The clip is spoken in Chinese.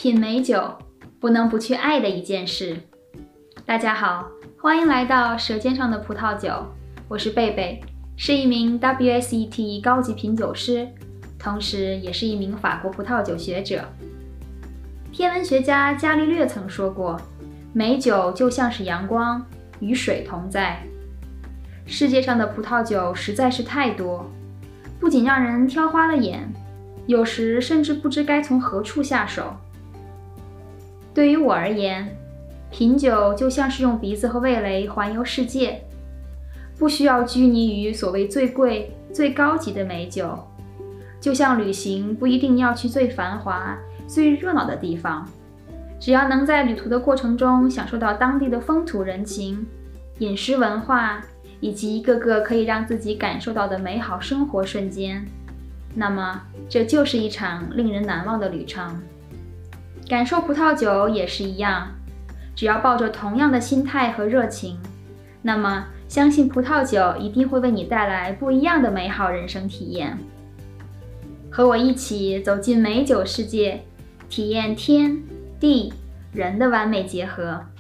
品美酒，不能不去爱的一件事。大家好，欢迎来到舌尖上的葡萄酒，我是贝贝，是一名 WSET 高级品酒师，同时也是一名法国葡萄酒学者。天文学家伽利略曾说过，美酒就像是阳光，与水同在。世界上的葡萄酒实在是太多，不仅让人挑花了眼，有时甚至不知该从何处下手。对于我而言，品酒就像是用鼻子和味蕾环游世界，不需要拘泥于所谓最贵、最高级的美酒。就像旅行不一定要去最繁华、最热闹的地方，只要能在旅途的过程中享受到当地的风土人情、饮食文化以及各个可以让自己感受到的美好生活瞬间，那么这就是一场令人难忘的旅程。感受葡萄酒也是一样，只要抱着同样的心态和热情，那么相信葡萄酒一定会为你带来不一样的美好人生体验。和我一起走进美酒世界，体验天地人的完美结合。